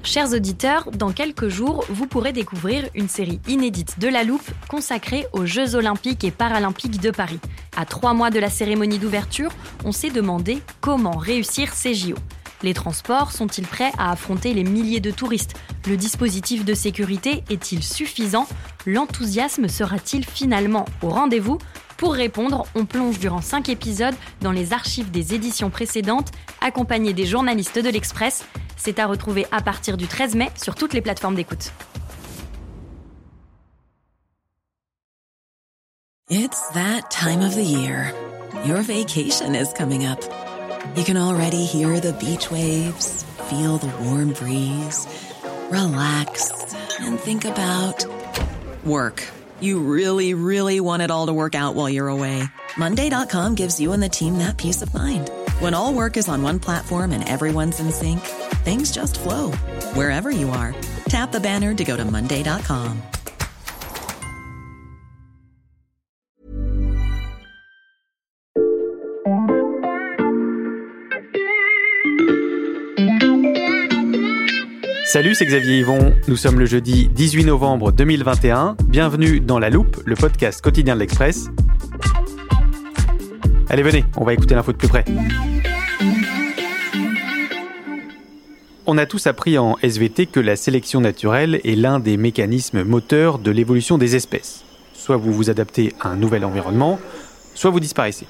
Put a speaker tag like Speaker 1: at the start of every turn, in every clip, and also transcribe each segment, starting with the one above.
Speaker 1: Chers auditeurs, dans quelques jours, vous pourrez découvrir une série inédite de La Loupe consacrée aux Jeux Olympiques et Paralympiques de Paris. À 3 mois de la cérémonie d'ouverture, on s'est demandé comment réussir ces JO. Les transports sont-ils prêts à affronter les milliers de touristes ? Le dispositif de sécurité est-il suffisant ? L'enthousiasme sera-t-il finalement au rendez-vous ? Pour répondre, on plonge durant 5 épisodes dans les archives des éditions précédentes, accompagnés des journalistes de l'Express. C'est à retrouver à partir du 13 mai sur toutes les plateformes d'écoute.
Speaker 2: It's that time of the year. Your vacation is coming up. You can already hear the beach waves, feel the warm breeze, relax, and think about work. You really, really want it all to work out while you're away. Monday.com gives you and the team that peace of mind. When all work is on one platform and everyone's in sync, things just flow. Wherever you are, tap the banner to go to Monday.com.
Speaker 3: Salut, c'est Xavier Yvon. Nous sommes le jeudi 18 novembre 2021. Bienvenue dans La Loupe, le podcast quotidien de l'Express. Allez, venez, on va écouter l'info de plus près. On a tous appris en SVT que la sélection naturelle est l'un des mécanismes moteurs de l'évolution des espèces. Soit vous vous adaptez à un nouvel environnement, soit vous disparaissez.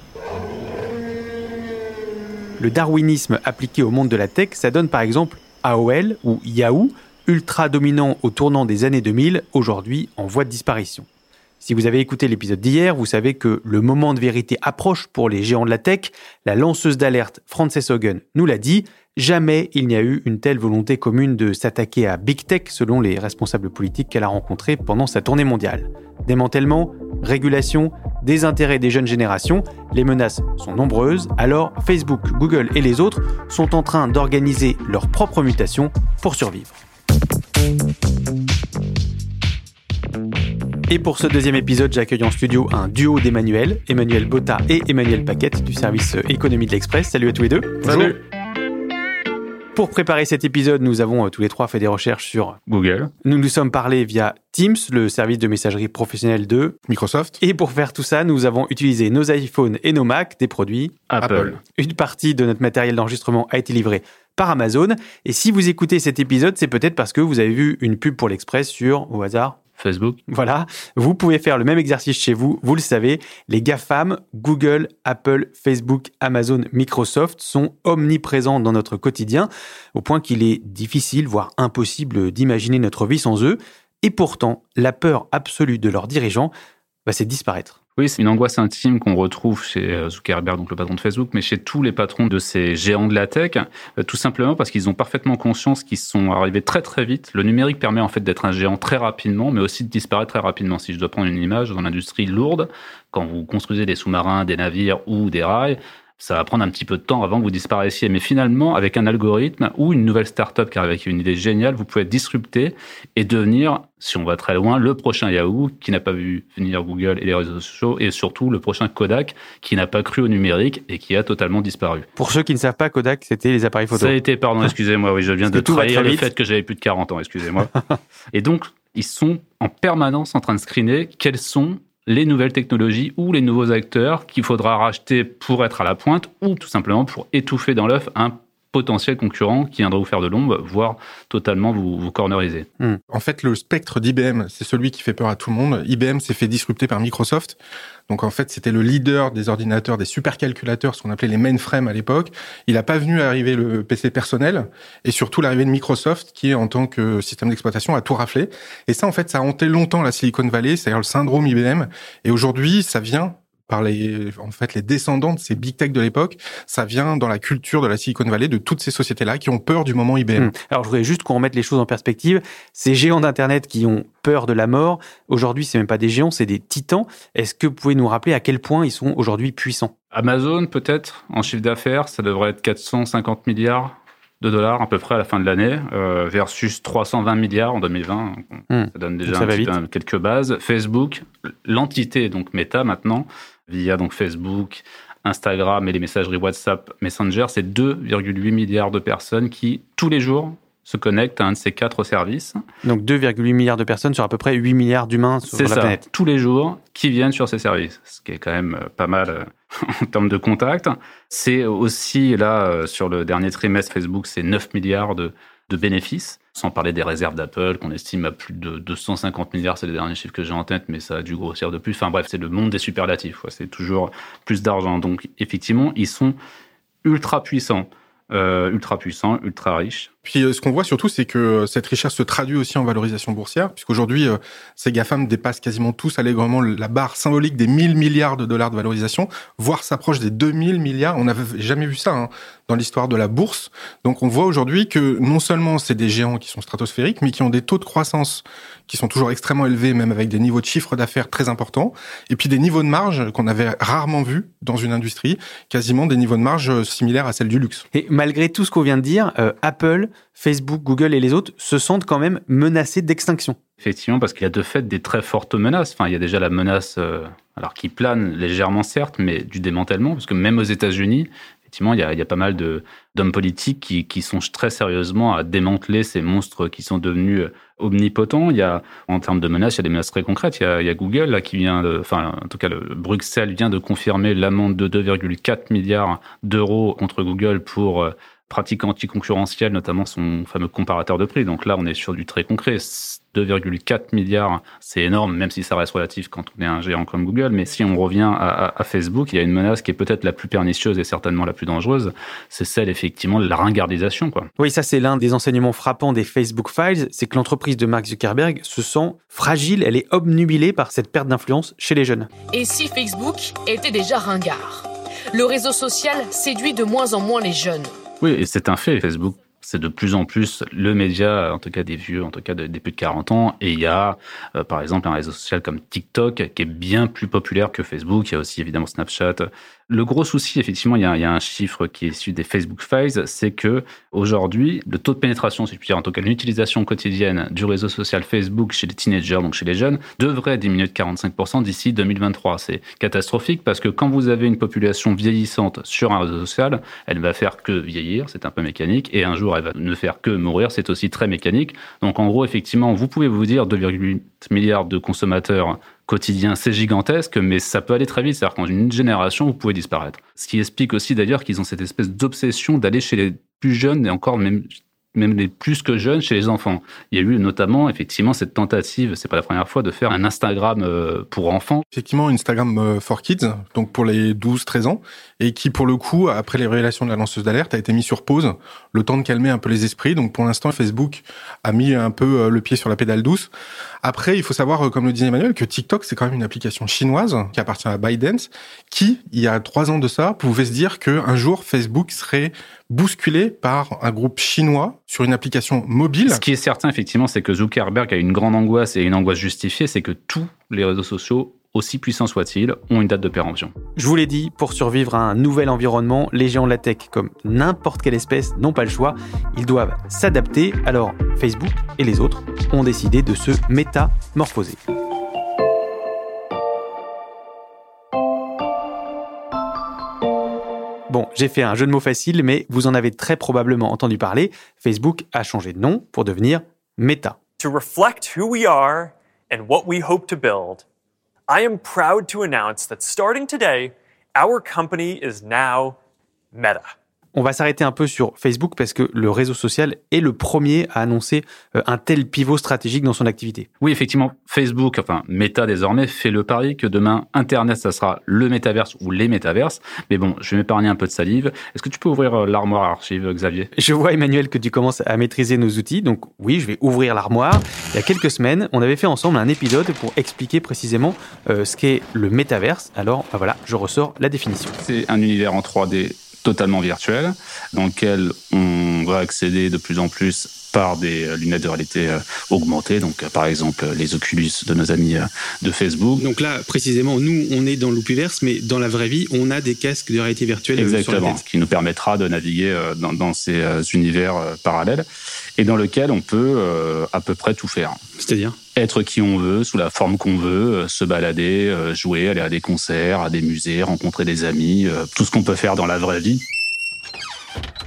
Speaker 3: Le darwinisme appliqué au monde de la tech, ça donne par exemple AOL ou Yahoo, ultra dominant au tournant des années 2000, aujourd'hui en voie de disparition. Si vous avez écouté l'épisode d'hier, vous savez que le moment de vérité approche pour les géants de la tech. La lanceuse d'alerte Frances Haugen nous l'a dit, jamais il n'y a eu une telle volonté commune de s'attaquer à Big Tech selon les responsables politiques qu'elle a rencontrés pendant sa tournée mondiale. Démantèlement, régulation, désintérêt des jeunes générations, les menaces sont nombreuses, alors Facebook, Google et les autres sont en train d'organiser leur propre mutation pour survivre. Et pour ce deuxième épisode, j'accueille en studio un duo d'Emmanuel, Emmanuel Botta et Emmanuel Paquette du service économie de l'Express. Salut à tous les deux.
Speaker 4: Salut.
Speaker 3: Pour préparer cet épisode, nous avons tous les trois fait des recherches sur
Speaker 4: Google.
Speaker 3: Nous nous sommes parlé via Teams, le service de messagerie professionnelle de
Speaker 4: Microsoft.
Speaker 3: Et pour faire tout ça, nous avons utilisé nos iPhones et nos Macs, des produits
Speaker 4: Apple.
Speaker 3: Une partie de notre matériel d'enregistrement a été livrée par Amazon. Et si vous écoutez cet épisode, c'est peut-être parce que vous avez vu une pub pour l'Express sur, au hasard,
Speaker 4: Facebook.
Speaker 3: Voilà, vous pouvez faire le même exercice chez vous, vous le savez, les GAFAM, Google, Apple, Facebook, Amazon, Microsoft sont omniprésents dans notre quotidien, au point qu'il est difficile, voire impossible d'imaginer notre vie sans eux. Et pourtant, la peur absolue de leurs dirigeants, c'est de disparaître.
Speaker 4: Oui, c'est une angoisse intime qu'on retrouve chez Zuckerberg, donc le patron de Facebook, mais chez tous les patrons de ces géants de la tech, tout simplement parce qu'ils ont parfaitement conscience qu'ils sont arrivés très très vite. Le numérique permet en fait d'être un géant très rapidement, mais aussi de disparaître très rapidement. Si je dois prendre une image dans l'industrie lourde, quand vous construisez des sous-marins, des navires ou des rails, ça va prendre un petit peu de temps avant que vous disparaissiez. Mais finalement, avec un algorithme ou une nouvelle start-up qui arrive avec une idée géniale, vous pouvez être disrupté et devenir, si on va très loin, le prochain Yahoo qui n'a pas vu venir Google et les réseaux sociaux, et surtout le prochain Kodak qui n'a pas cru au numérique et qui a totalement disparu.
Speaker 3: Pour ceux qui ne savent pas, Kodak, c'était les appareils photo.
Speaker 4: Ça a été, pardon, excusez-moi, oui, je viens de trahir le fait que j'avais plus de 40 ans, excusez-moi. Et donc, ils sont en permanence en train de screener quels sont les nouvelles technologies ou les nouveaux acteurs qu'il faudra racheter pour être à la pointe ou tout simplement pour étouffer dans l'œuf un potentiel concurrent qui viendra vous faire de l'ombre, voire totalement vous corneriser.
Speaker 5: En fait, le spectre d'IBM, c'est celui qui fait peur à tout le monde. IBM s'est fait disrupter par Microsoft. Donc en fait, c'était le leader des ordinateurs, des supercalculateurs, ce qu'on appelait les mainframes à l'époque. Il n'a pas venu arriver le PC personnel et surtout l'arrivée de Microsoft qui, en tant que système d'exploitation, a tout raflé. Et ça, en fait, ça a hanté longtemps la Silicon Valley, c'est-à-dire le syndrome IBM. Et aujourd'hui, ça vient par les descendants de ces big tech de l'époque, ça vient dans la culture de la Silicon Valley, de toutes ces sociétés-là qui ont peur du moment IBM.
Speaker 3: Alors, je voudrais juste qu'on remette les choses en perspective. Ces géants d'Internet qui ont peur de la mort, aujourd'hui, c'est même pas des géants, c'est des titans. Est-ce que vous pouvez nous rappeler à quel point ils sont aujourd'hui puissants ?
Speaker 4: Amazon, peut-être, en chiffre d'affaires, ça devrait être 450 milliards de dollars à peu près à la fin de l'année, versus 320 milliards en 2020. Ça donne déjà quelques bases. Facebook, l'entité, donc Meta maintenant, via donc Facebook, Instagram et les messageries WhatsApp, Messenger, c'est 2,8 milliards de personnes qui, tous les jours, se connectent à un de ces 4 services.
Speaker 3: Donc 2,8 milliards de personnes sur à peu près 8 milliards d'humains sur la planète.
Speaker 4: C'est ça, tous les jours, qui viennent sur ces services, ce qui est quand même pas mal en termes de contacts. C'est aussi, là, sur le dernier trimestre, Facebook, c'est 9 milliards de bénéfices, sans parler des réserves d'Apple, qu'on estime à plus de 250 milliards, c'est les derniers chiffres que j'ai en tête, mais ça a dû grossir de plus. Enfin bref, c'est le monde des superlatifs, c'est toujours plus d'argent. Donc effectivement, ils sont ultra puissants, ultra riches.
Speaker 5: Puis ce qu'on voit surtout, c'est que cette richesse se traduit aussi en valorisation boursière, puisqu'aujourd'hui, ces GAFAM dépassent quasiment tous allègrement la barre symbolique des 1 000 milliards de dollars de valorisation, voire s'approchent des 2 000 milliards. On n'avait jamais vu ça dans l'histoire de la bourse. Donc on voit aujourd'hui que non seulement c'est des géants qui sont stratosphériques, mais qui ont des taux de croissance qui sont toujours extrêmement élevés, même avec des niveaux de chiffre d'affaires très importants, et puis des niveaux de marge qu'on avait rarement vus dans une industrie, quasiment des niveaux de marge similaires à celles du luxe.
Speaker 3: Et malgré tout ce qu'on vient de dire, Apple, Facebook, Google et les autres se sentent quand même menacés d'extinction.
Speaker 4: Effectivement, parce qu'il y a de fait des très fortes menaces. Enfin, il y a déjà la menace, alors qui plane légèrement certes, mais du démantèlement, parce que même aux États-Unis, effectivement, il y a pas mal d'hommes politiques qui songent très sérieusement à démanteler ces monstres qui sont devenus omnipotents. Il y a, en termes de menaces, il y a des menaces très concrètes. Il y a Google là, qui vient en tout cas, Bruxelles vient de confirmer l'amende de 2,4 milliards d'euros contre Google pour pratique anticoncurrentielle, notamment son fameux comparateur de prix. Donc là, on est sur du très concret. 2,4 milliards, c'est énorme, même si ça reste relatif quand on est un géant comme Google. Mais si on revient à Facebook, il y a une menace qui est peut-être la plus pernicieuse et certainement la plus dangereuse. C'est celle, effectivement, de la ringardisation, quoi.
Speaker 3: Oui, ça, c'est l'un des enseignements frappants des Facebook Files. C'est que l'entreprise de Mark Zuckerberg se sent fragile. Elle est obnubilée par cette perte d'influence chez les jeunes.
Speaker 6: Et si Facebook était déjà ringard ? Le réseau social séduit de moins en moins les jeunes.
Speaker 4: Oui, et c'est un fait. Facebook, c'est de plus en plus le média, en tout cas des vieux, en tout cas des plus de 40 ans. Et il y a, par exemple, un réseau social comme TikTok qui est bien plus populaire que Facebook. Il y a aussi évidemment Snapchat. Le gros souci, effectivement, il y a un chiffre qui est issu des Facebook Files, c'est que aujourd'hui, le taux de pénétration, si je puis dire, en tout cas l'utilisation quotidienne du réseau social Facebook chez les teenagers, donc chez les jeunes, devrait diminuer de 45% d'ici 2023. C'est catastrophique parce que quand vous avez une population vieillissante sur un réseau social, elle ne va faire que vieillir, c'est un peu mécanique, et un jour elle va ne faire que mourir, c'est aussi très mécanique. Donc en gros, effectivement, vous pouvez vous dire 2,8 milliards de consommateurs quotidien, c'est gigantesque, mais ça peut aller très vite. C'est-à-dire qu'en une génération, vous pouvez disparaître. Ce qui explique aussi d'ailleurs qu'ils ont cette espèce d'obsession d'aller chez les plus jeunes et encore même les plus que jeunes, chez les enfants. Il y a eu notamment, effectivement, cette tentative, c'est pas la première fois, de faire un Instagram pour enfants.
Speaker 5: Effectivement, Instagram for Kids, donc pour les 12-13 ans, et qui, pour le coup, après les révélations de la lanceuse d'alerte, a été mis sur pause, le temps de calmer un peu les esprits. Donc pour l'instant, Facebook a mis un peu le pied sur la pédale douce. Après, il faut savoir, comme le disait Emmanuel, que TikTok, c'est quand même une application chinoise qui appartient à ByteDance, qui, il y a 3 ans de ça, pouvait se dire qu'un jour, Facebook serait bousculé par un groupe chinois sur une application mobile.
Speaker 4: Ce qui est certain, effectivement, c'est que Zuckerberg a une grande angoisse, et une angoisse justifiée, c'est que tous les réseaux sociaux, aussi puissants soient-ils, ont une date de péremption.
Speaker 3: Je vous l'ai dit, pour survivre à un nouvel environnement, les géants de la tech, comme n'importe quelle espèce, n'ont pas le choix. Ils doivent s'adapter. Alors, Facebook et les autres ont décidé de se métamorphoser. Bon, j'ai fait un jeu de mots facile, mais vous en avez très probablement entendu parler. Facebook a changé de nom pour devenir Meta.
Speaker 7: To reflect who we are and what we hope to build, I am proud to announce that starting today, our company is now Meta.
Speaker 3: On va s'arrêter un peu sur Facebook parce que le réseau social est le premier à annoncer un tel pivot stratégique dans son activité.
Speaker 4: Oui, effectivement, Facebook, enfin Meta désormais, fait le pari que demain, Internet, ça sera le métaverse ou les métaverses. Mais bon, je vais m'épargner un peu de salive. Est-ce que tu peux ouvrir l'armoire à archives, Xavier ?
Speaker 3: Je vois, Emmanuel, que tu commences à maîtriser nos outils. Donc oui, je vais ouvrir l'armoire. Il y a quelques semaines, on avait fait ensemble un épisode pour expliquer précisément ce qu'est le métaverse. Alors voilà, je ressors la définition.
Speaker 4: C'est un univers en 3D totalement virtuel, dans lequel on va accéder de plus en plus par des lunettes de réalité augmentée, donc par exemple les Oculus de nos amis de Facebook.
Speaker 3: Donc là, précisément, nous, on est dans l'Upiverse, mais dans la vraie vie, on a des casques de réalité virtuelle.
Speaker 4: Exactement,
Speaker 3: sur la tête.
Speaker 4: Qui nous permettra de naviguer dans ces univers parallèles, et dans lequel on peut à peu près tout faire.
Speaker 3: C'est-à-dire ?
Speaker 4: Être qui on veut, sous la forme qu'on veut, se balader, jouer, aller à des concerts, à des musées, rencontrer des amis, tout ce qu'on peut faire dans la vraie vie.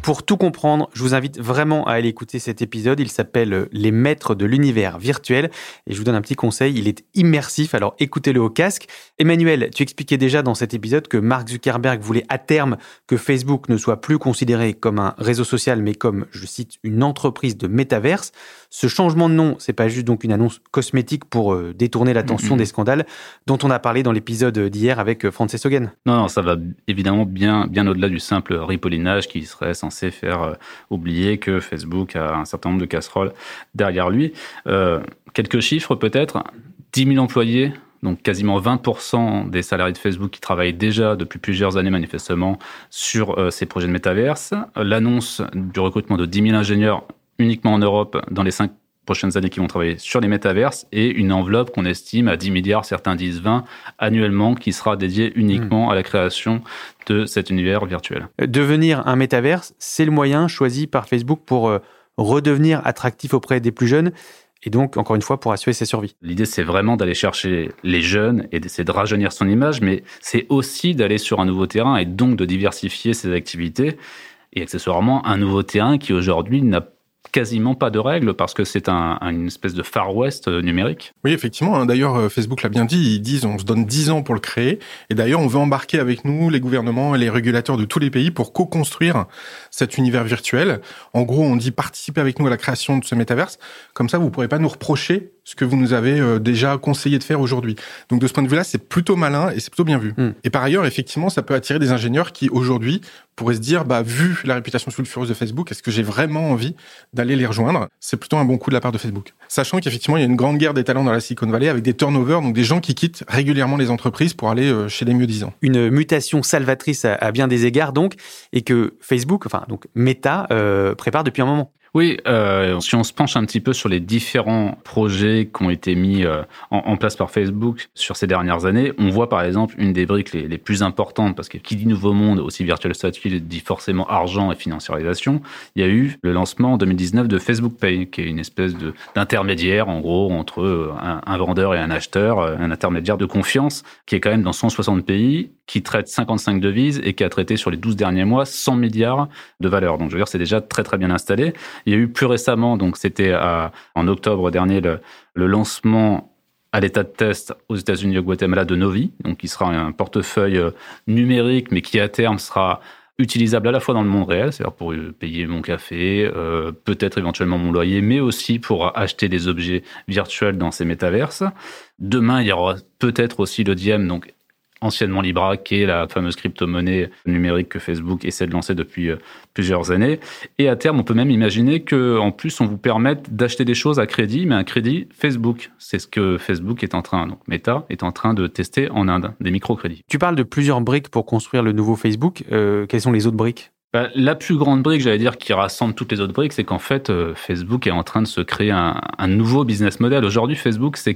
Speaker 3: Pour tout comprendre, je vous invite vraiment à aller écouter cet épisode. Il s'appelle « Les maîtres de l'univers virtuel ». Et je vous donne un petit conseil, il est immersif, alors écoutez-le au casque. Emmanuel, tu expliquais déjà dans cet épisode que Mark Zuckerberg voulait à terme que Facebook ne soit plus considéré comme un réseau social, mais comme, je cite, une entreprise de métaverse. Ce changement de nom, c'est pas juste donc une annonce cosmétique pour détourner l'attention des scandales dont on a parlé dans l'épisode d'hier avec Frances Haugen.
Speaker 4: Non, ça va évidemment bien au-delà du simple ripollinage qui serait censé faire oublier que Facebook a un certain nombre de casseroles derrière lui. Quelques chiffres peut-être, 10 000 employés, donc quasiment 20% des salariés de Facebook qui travaillent déjà depuis plusieurs années manifestement sur ces projets de métaverse. L'annonce du recrutement de 10 000 ingénieurs uniquement en Europe dans les 5 prochaines années qui vont travailler sur les métaverses et une enveloppe qu'on estime à 10 milliards, certains disent 20, annuellement, qui sera dédiée uniquement à la création de cet univers virtuel.
Speaker 3: Devenir un métaverse, c'est le moyen choisi par Facebook pour redevenir attractif auprès des plus jeunes et donc, encore une fois, pour assurer sa survie.
Speaker 4: L'idée, c'est vraiment d'aller chercher les jeunes et d'essayer de rajeunir son image, mais c'est aussi d'aller sur un nouveau terrain et donc de diversifier ses activités et accessoirement un nouveau terrain qui aujourd'hui n'a quasiment pas de règles parce que c'est une espèce de Far West numérique.
Speaker 5: Oui, effectivement. D'ailleurs, Facebook l'a bien dit. Ils disent on se donne 10 ans pour le créer. Et d'ailleurs, on veut embarquer avec nous les gouvernements et les régulateurs de tous les pays pour co-construire cet univers virtuel. En gros, on dit participer avec nous à la création de ce métaverse. Comme ça, vous ne pourrez pas nous reprocher ce que vous nous avez déjà conseillé de faire aujourd'hui. Donc, de ce point de vue-là, c'est plutôt malin et c'est plutôt bien vu. Et par ailleurs, effectivement, ça peut attirer des ingénieurs qui, aujourd'hui, pourraient se dire, vu la réputation sulfureuse de Facebook, est-ce que j'ai vraiment envie d'aller les rejoindre? C'est plutôt un bon coup de la part de Facebook. Sachant qu'effectivement, il y a une grande guerre des talents dans la Silicon Valley avec des turnovers, donc des gens qui quittent régulièrement les entreprises pour aller chez les mieux-disants.
Speaker 3: Une mutation salvatrice à bien des égards, donc, et que Facebook, donc Meta, prépare depuis un moment.
Speaker 4: Oui, si on se penche un petit peu sur les différents projets qui ont été mis en place par Facebook sur ces dernières années, on voit par exemple une des briques les plus importantes, parce que qui dit nouveau monde, aussi virtuel soit-il, dit forcément argent et financiarisation. Il y a eu le lancement en 2019 de Facebook Pay, qui est une espèce d'intermédiaire, en gros, entre un vendeur et un acheteur, un intermédiaire de confiance, qui est quand même dans 160 pays, qui traite 55 devises et qui a traité sur les 12 derniers mois 100 milliards de valeur. Donc je veux dire, c'est déjà très très bien installé. Il y a eu plus récemment, donc c'était en octobre dernier, le lancement à l'état de test aux États-Unis et au Guatemala de Novi, donc qui sera un portefeuille numérique, mais qui à terme sera utilisable à la fois dans le monde réel, c'est-à-dire pour payer mon café, peut-être éventuellement mon loyer, mais aussi pour acheter des objets virtuels dans ces métaverses. Demain, il y aura peut-être aussi le Diem, donc anciennement Libra, qui est la fameuse crypto-monnaie numérique que Facebook essaie de lancer depuis plusieurs années. Et à terme, on peut même imaginer qu'en plus, on vous permette d'acheter des choses à crédit, mais un crédit Facebook. C'est ce que Facebook est en train, donc Meta, est en train de tester en Inde, des microcrédits.
Speaker 3: Tu parles de plusieurs briques pour construire le nouveau Facebook. Quelles sont les autres briques ?
Speaker 4: La plus grande brique, j'allais dire, qui rassemble toutes les autres briques, c'est qu'en fait, Facebook est en train de se créer un nouveau business model. Aujourd'hui, Facebook, c'est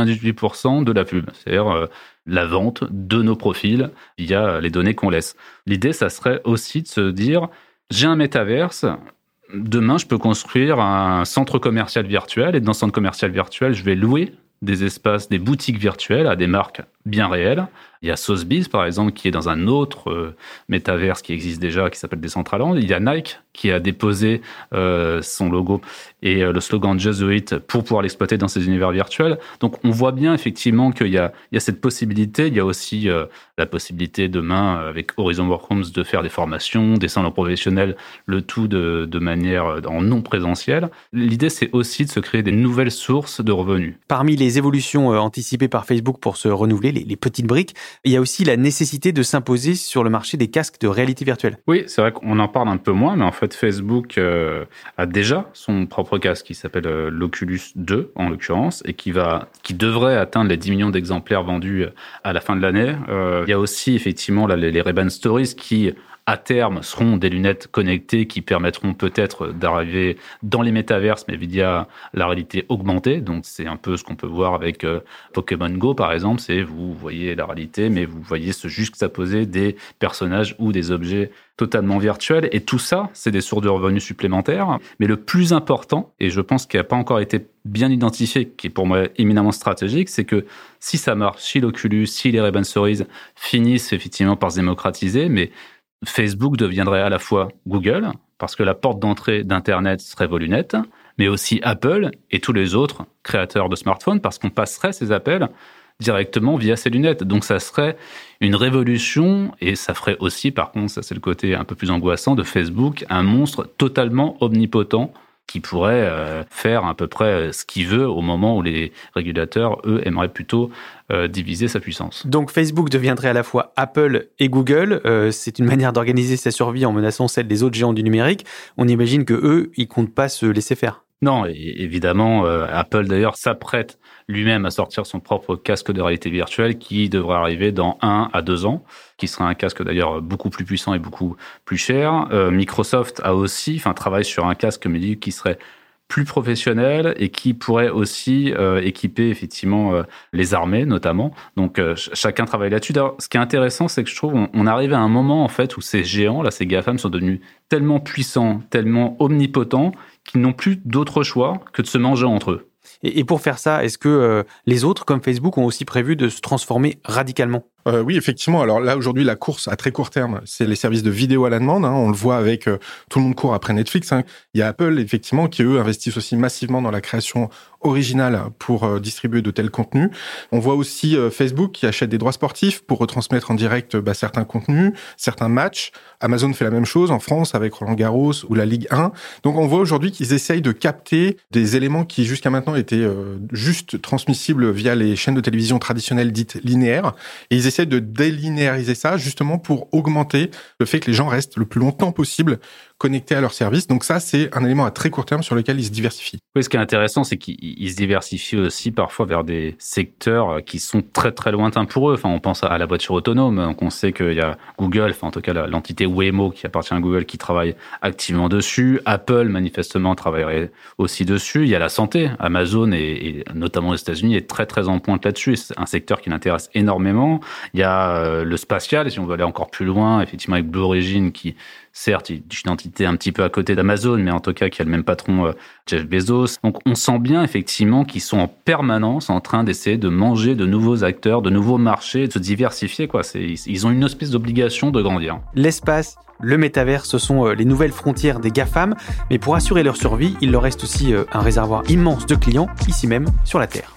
Speaker 4: 98% de la pub. C'est-à-dire la vente de nos profils via les données qu'on laisse. L'idée, ça serait aussi de se dire, j'ai un métaverse, demain, je peux construire un centre commercial virtuel, et dans ce centre commercial virtuel, je vais louer des espaces, des boutiques virtuelles à des marques bien réelles. Il y a Sotheby's, par exemple, qui est dans un autre métaverse qui existe déjà, qui s'appelle Decentraland. Il y a Nike, qui a déposé son logo et le slogan Just Do It pour pouvoir l'exploiter dans ces univers virtuels. Donc, on voit bien, effectivement, qu'il y a cette possibilité. Il y a aussi la possibilité, demain, avec Horizon Workrooms, de faire des formations, des salons professionnels, le tout de manière en non présentiel. L'idée, c'est aussi de se créer des nouvelles sources de revenus.
Speaker 3: Parmi les évolutions anticipées par Facebook pour se renouveler, les petites briques, il y a aussi la nécessité de s'imposer sur le marché des casques de réalité virtuelle.
Speaker 4: Oui, c'est vrai qu'on en parle un peu moins, mais en fait, Facebook a déjà son propre casque qui s'appelle l'Oculus 2, en l'occurrence, et qui devrait atteindre les 10 millions d'exemplaires vendus à la fin de l'année. Il y a aussi, effectivement, les Ray-Ban Stories qui, à terme, seront des lunettes connectées qui permettront peut-être d'arriver dans les métaverses, mais via la réalité augmentée. Donc, c'est un peu ce qu'on peut voir avec Pokémon Go, par exemple. C'est vous voyez la réalité, mais vous voyez se juxtaposer des personnages ou des objets totalement virtuels. Et tout ça, c'est des sources de revenus supplémentaires. Mais le plus important, et je pense qu'il n'a pas encore été bien identifié, qui est pour moi éminemment stratégique, c'est que si ça marche, si l'Oculus, si les Ray-Ban Stories finissent effectivement par se démocratiser, mais Facebook deviendrait à la fois Google, parce que la porte d'entrée d'Internet serait Volunet, mais aussi Apple et tous les autres créateurs de smartphones, parce qu'on passerait ces appels directement via ces lunettes. Donc ça serait une révolution, et ça ferait aussi, par contre, ça c'est le côté un peu plus angoissant de Facebook, un monstre totalement omnipotent qui pourrait faire à peu près ce qu'il veut au moment où les régulateurs, eux, aimeraient plutôt diviser sa puissance.
Speaker 3: Donc Facebook deviendrait à la fois Apple et Google. C'est une manière d'organiser sa survie en menaçant celle des autres géants du numérique. On imagine que eux, ils comptent pas se laisser faire.
Speaker 4: Non, évidemment, Apple d'ailleurs s'apprête lui-même à sortir son propre casque de réalité virtuelle qui devrait arriver dans 1 à 2 ans, qui sera un casque d'ailleurs beaucoup plus puissant et beaucoup plus cher. Microsoft a aussi, travaille sur un casque qui serait plus professionnel et qui pourrait aussi équiper effectivement les armées notamment. Donc chacun travaille là-dessus. D'ailleurs, ce qui est intéressant, c'est que je trouve on arrive à un moment en fait où ces géants, là, ces GAFAM sont devenus tellement puissants, tellement omnipotents qu'ils n'ont plus d'autre choix que de se manger entre eux.
Speaker 3: Et pour faire ça, est-ce que les autres, comme Facebook, ont aussi prévu de se transformer radicalement ?
Speaker 5: Oui, effectivement. Alors là, aujourd'hui, la course à très court terme, c'est les services de vidéo à la demande. On le voit avec tout le monde court après Netflix. Il y a Apple, effectivement, qui, eux, investissent aussi massivement dans la création originale pour distribuer de tels contenus. On voit aussi Facebook qui achète des droits sportifs pour retransmettre en direct certains contenus, certains matchs. Amazon fait la même chose en France avec Roland-Garros ou la Ligue 1. Donc on voit aujourd'hui qu'ils essayent de capter des éléments qui jusqu'à maintenant étaient juste transmissibles via les chaînes de télévision traditionnelles dites linéaires. Et ils essaient de délinéariser ça justement pour augmenter le fait que les gens restent le plus longtemps possible connectés à leur service. Donc ça, c'est un élément à très court terme sur lequel ils se diversifient.
Speaker 4: Oui, ce qui est intéressant, c'est qu'ils se diversifient aussi parfois vers des secteurs qui sont très très lointains pour eux. On pense à la voiture autonome. Donc on sait qu'il y a Google, en tout cas l'entité Waymo qui appartient à Google qui travaille activement dessus. Apple, manifestement, travaillerait aussi dessus. Il y a la santé. Amazon, et notamment aux États-Unis, est très très en pointe là-dessus. C'est un secteur qui l'intéresse énormément. Il y a le spatial, si on veut aller encore plus loin, effectivement avec Blue Origin qui, certes, est une entité un petit peu à côté d'Amazon, mais en tout cas qui a le même patron, Jeff Bezos. Donc on sent bien effectivement qu'ils sont en permanence en train d'essayer de manger de nouveaux acteurs, de nouveaux marchés, de se diversifier. Ils ont une espèce d'obligation de grandir.
Speaker 3: L'espace, le métavers, ce sont les nouvelles frontières des GAFAM, mais pour assurer leur survie, il leur reste aussi un réservoir immense de clients, ici même, sur la Terre.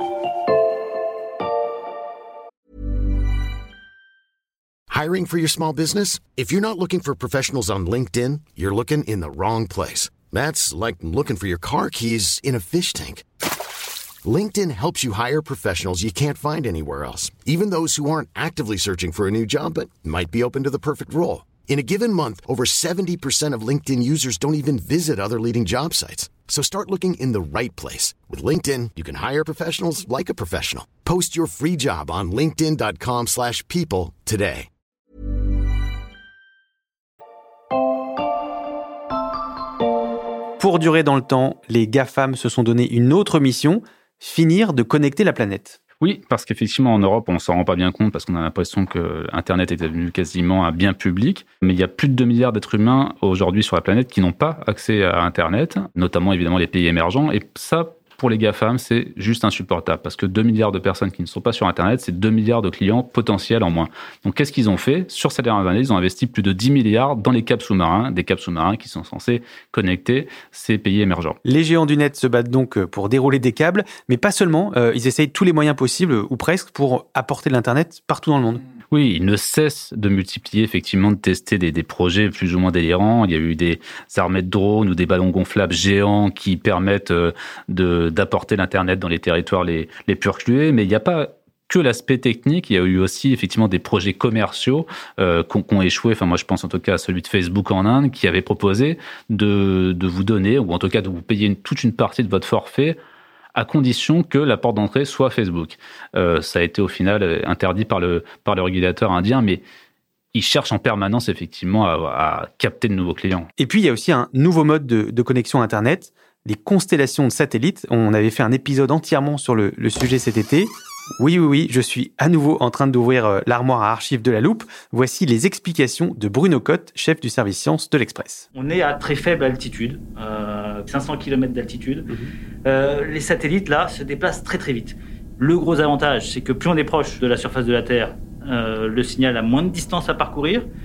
Speaker 8: Hiring for your small business? If you're not looking for professionals on LinkedIn, you're looking in the wrong place. That's like looking for your car keys in a fish tank. LinkedIn helps you hire professionals you can't find anywhere else, even those who aren't actively searching for a new job but might be open to the perfect role. In a given month, over 70% of LinkedIn users don't even visit other leading job sites. So start looking in the right place. With LinkedIn, you can hire professionals like a professional. Post your free job on linkedin.com/people today.
Speaker 3: Pour durer dans le temps, les GAFAM se sont donné une autre mission, finir de connecter la planète.
Speaker 4: Oui, parce qu'effectivement, en Europe, on ne s'en rend pas bien compte parce qu'on a l'impression que Internet est devenu quasiment un bien public. Mais il y a plus de 2 milliards d'êtres humains aujourd'hui sur la planète qui n'ont pas accès à Internet, notamment évidemment les pays émergents. Et ça, pour les GAFAM, c'est juste insupportable parce que 2 milliards de personnes qui ne sont pas sur Internet, c'est 2 milliards de clients potentiels en moins. Donc, qu'est-ce qu'ils ont fait ? Sur ces dernières années, ils ont investi plus de 10 milliards dans les câbles sous-marins, des câbles sous-marins qui sont censés connecter ces pays émergents.
Speaker 3: Les géants du net se battent donc pour dérouler des câbles, mais pas seulement, ils essayent tous les moyens possibles, ou presque, pour apporter l'Internet partout dans le monde.
Speaker 4: Oui, ils ne cessent de multiplier, effectivement, de tester des projets plus ou moins délirants. Il y a eu des armées de drones ou des ballons gonflables géants qui permettent d'apporter l'Internet dans les territoires les plus reculés. Mais il n'y a pas que l'aspect technique. Il y a eu aussi, effectivement, des projets commerciaux qui ont échoué. Moi, je pense en tout cas à celui de Facebook en Inde qui avait proposé de vous donner, ou en tout cas de vous payer toute une partie de votre forfait à condition que la porte d'entrée soit Facebook. Ça a été au final interdit par le régulateur indien, mais ils cherchent en permanence effectivement à capter de nouveaux clients.
Speaker 3: Et puis il y a aussi un nouveau mode de connexion Internet, les constellations de satellites. On avait fait un épisode entièrement sur le sujet cet été. Oui, je suis à nouveau en train d'ouvrir l'armoire à archives de la loupe. Voici les explications de Bruno Cotte, chef du service sciences de l'Express.
Speaker 9: On est à très faible altitude, 500 km d'altitude. Les satellites, là, se déplacent très très vite. Le gros avantage, c'est que plus on est proche de la surface de la Terre, le signal a moins de distance à parcourir.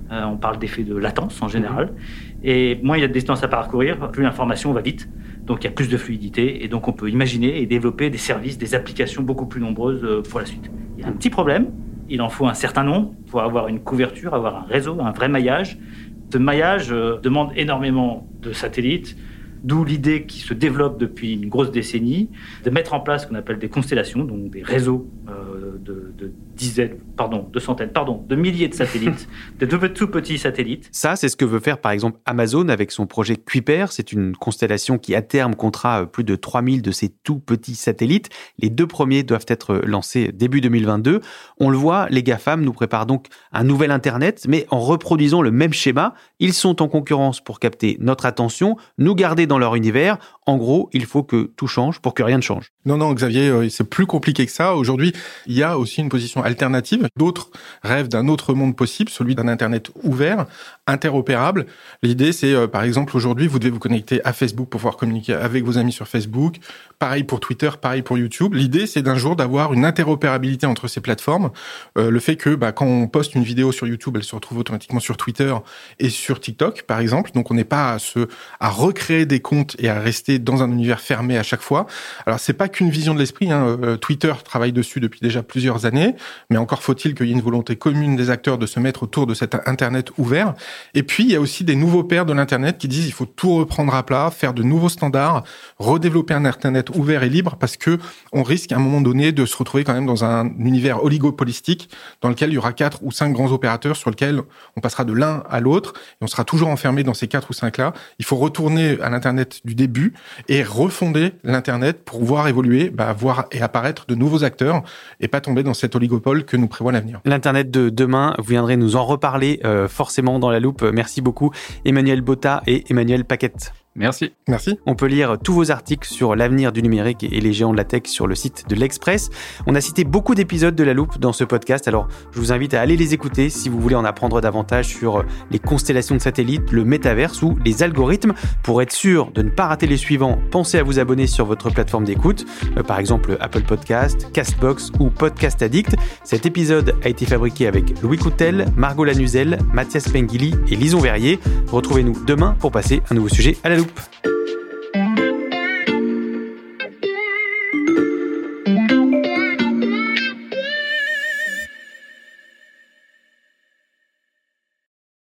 Speaker 9: On parle d'effet de latence en général. Et moins il y a de distance à parcourir, plus l'information va vite. Donc il y a plus de fluidité et donc on peut imaginer et développer des services, des applications beaucoup plus nombreuses pour la suite. Il y a un petit problème, il en faut un certain nombre pour avoir une couverture, avoir un réseau, un vrai maillage. Ce maillage demande énormément de satellites, d'où l'idée qui se développe depuis une grosse décennie de mettre en place ce qu'on appelle des constellations, donc des réseaux de milliers de satellites, de tout petits satellites.
Speaker 3: Ça, c'est ce que veut faire par exemple Amazon avec son projet Kuiper. C'est une constellation qui à terme comptera plus de 3000 de ces tout petits satellites. Les 2 premiers doivent être lancés début 2022. On le voit, les GAFAM nous préparent donc un nouvel Internet, mais en reproduisant le même schéma. Ils sont en concurrence pour capter notre attention, nous garder dans leur univers. En gros, il faut que tout change pour que rien ne change.
Speaker 5: Non, Xavier, c'est plus compliqué que ça. Aujourd'hui, il y a aussi une position alternative. D'autres rêvent d'un autre monde possible, celui d'un Internet ouvert, interopérable. L'idée, c'est, par exemple, aujourd'hui, vous devez vous connecter à Facebook pour pouvoir communiquer avec vos amis sur Facebook. Pareil pour Twitter, pareil pour YouTube. L'idée, c'est d'un jour d'avoir une interopérabilité entre ces plateformes. Le fait que, quand on poste une vidéo sur YouTube, elle se retrouve automatiquement sur Twitter et sur TikTok, par exemple. Donc, on n'est pas à recréer des comptes et à rester dans un univers fermé à chaque fois. Alors, c'est pas qu'une vision de l'esprit, Twitter travaille dessus depuis déjà plusieurs années, mais encore faut-il qu'il y ait une volonté commune des acteurs de se mettre autour de cet Internet ouvert. Et puis, il y a aussi des nouveaux pères de l'Internet qui disent il faut tout reprendre à plat, faire de nouveaux standards, redévelopper un Internet ouvert et libre, parce que on risque à un moment donné de se retrouver quand même dans un univers oligopolistique dans lequel il y aura 4 ou 5 grands opérateurs sur lequel on passera de l'un à l'autre et on sera toujours enfermé dans ces 4 ou 5-là. Il faut retourner à l'Internet du début et refonder l'Internet pour voir évoluer, voir et apparaître de nouveaux acteurs et pas tomber dans cet oligopole que nous prévoit l'avenir.
Speaker 3: L'Internet de demain, vous viendrez nous en reparler forcément dans la loupe. Merci beaucoup Emmanuel Botta et Emmanuel Paquette.
Speaker 4: Merci.
Speaker 3: On peut lire tous vos articles sur l'avenir du numérique et les géants de la tech sur le site de l'Express. On a cité beaucoup d'épisodes de La Loupe dans ce podcast, alors je vous invite à aller les écouter si vous voulez en apprendre davantage sur les constellations de satellites, le métaverse ou les algorithmes. Pour être sûr de ne pas rater les suivants, pensez à vous abonner sur votre plateforme d'écoute, par exemple Apple Podcast, Castbox ou Podcast Addict. Cet épisode a été fabriqué avec Louis Coutel, Margot Lanuzel, Mathias Pengili et Lison Verrier. Retrouvez-nous demain pour passer un nouveau sujet à La Loupe.